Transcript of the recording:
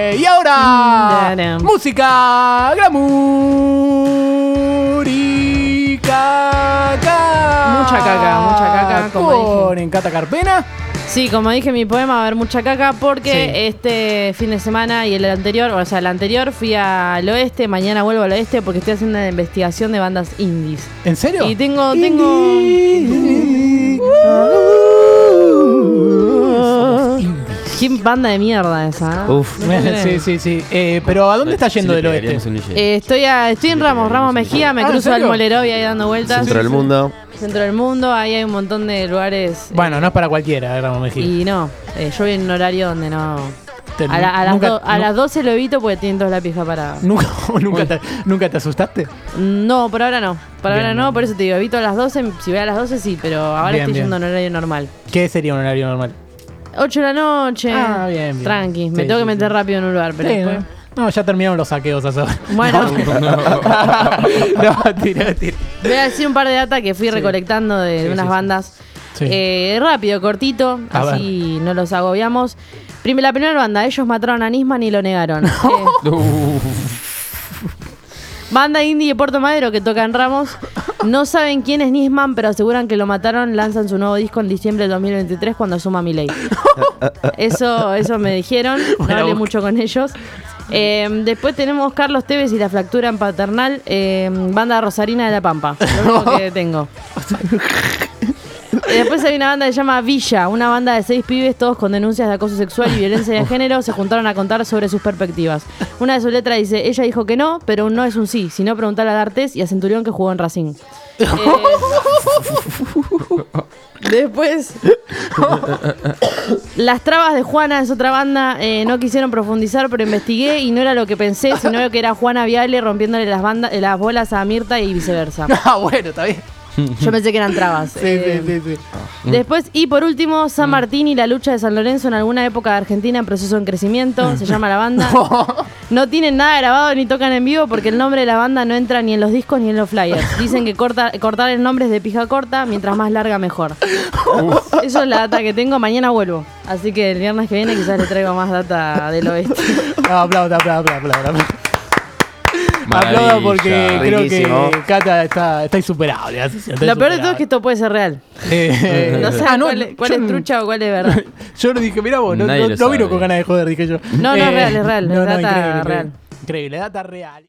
Y ahora, música glamour y caca. Mucha caca, como con dije. Cata Carpena. Sí, como dije en mi poema, va a haber mucha caca porque este fin de semana y el anterior, o sea, el anterior fui al oeste, mañana vuelvo al oeste porque estoy haciendo una investigación de bandas indies. ¿En serio? Y tengo... Qué banda de mierda esa, ¿eh? Uf. Sí. Pero ¿a dónde está yendo del oeste? Estoy en Ramos Mejía, me cruzo al Molero y ahí dando vueltas. Centro del mundo. Centro del mundo, ahí hay un montón de lugares. Bueno, no es para cualquiera, Ramos Mejía. Y no, yo voy en un horario donde no... Nunca- A las 12 lo evito porque tienen toda la pija parada. ¿Nunca te asustaste? No, por ahora no. Por Bien, ahora no, bien. por eso te digo, evito a las 12. Si voy a las 12 sí, pero ahora Bien, estoy bien. yendo en horario normal. ¿Qué sería un horario normal? 8 de la noche. Bien. Tranqui, me Sí, tengo que sí, meter rápido en un lugar, pero Sí, después... no, ya terminaron los saqueos hace Bueno, No, tira. voy a decir un par de data que fui recolectando de unas bandas. Sí. Rápido, cortito, A así no los agobiamos. La primera banda, ellos mataron a Nisman y lo negaron. Banda indie de Puerto Madero que toca en Ramos. No saben quién es Nisman, pero aseguran que lo mataron. Lanzan su nuevo disco en diciembre de 2023 cuando suma Milei. Eso me dijeron. No hablé mucho con ellos. Después tenemos Carlos Tevez y la fractura en Paternal. Banda rosarina de La Pampa. Lo único que tengo. Después hay una banda que se llama Villa, una banda de 6 pibes, todos con denuncias de acoso sexual y violencia de género, se juntaron a contar sobre sus perspectivas. Una de sus letras dice, ella dijo que no, pero un no es un sí, si no preguntale a D'Artés y a Centurión que jugó en Racing. Después, Las Trabas de Juana es otra banda, no quisieron profundizar, pero investigué y no era lo que pensé, sino que era Juana Viale rompiéndole las bolas a Mirta y viceversa. Bueno, está bien. Yo pensé que eran trabas. Sí. Después, y por último, San Martín y la lucha de San Lorenzo en alguna época de Argentina en proceso en crecimiento, se llama la banda. No tienen nada grabado ni tocan en vivo porque el nombre de la banda no entra ni en los discos ni en los flyers. Dicen que cortar el nombre es de pija corta, mientras más larga mejor. Eso es la data que tengo, mañana vuelvo. Así que el viernes que viene quizás les traigo más data del oeste. Aplaudo. Aplaudo porque riquísimo. creo que Cata está insuperable. Lo peor de todo es que esto puede ser real. No sé cuál es trucha o cuál es verdad. Yo le dije, mira vos, no Nadie lo vino sabe. con ganas de joder, dije yo. No, es real, es data increíble, real. Increíble, data real.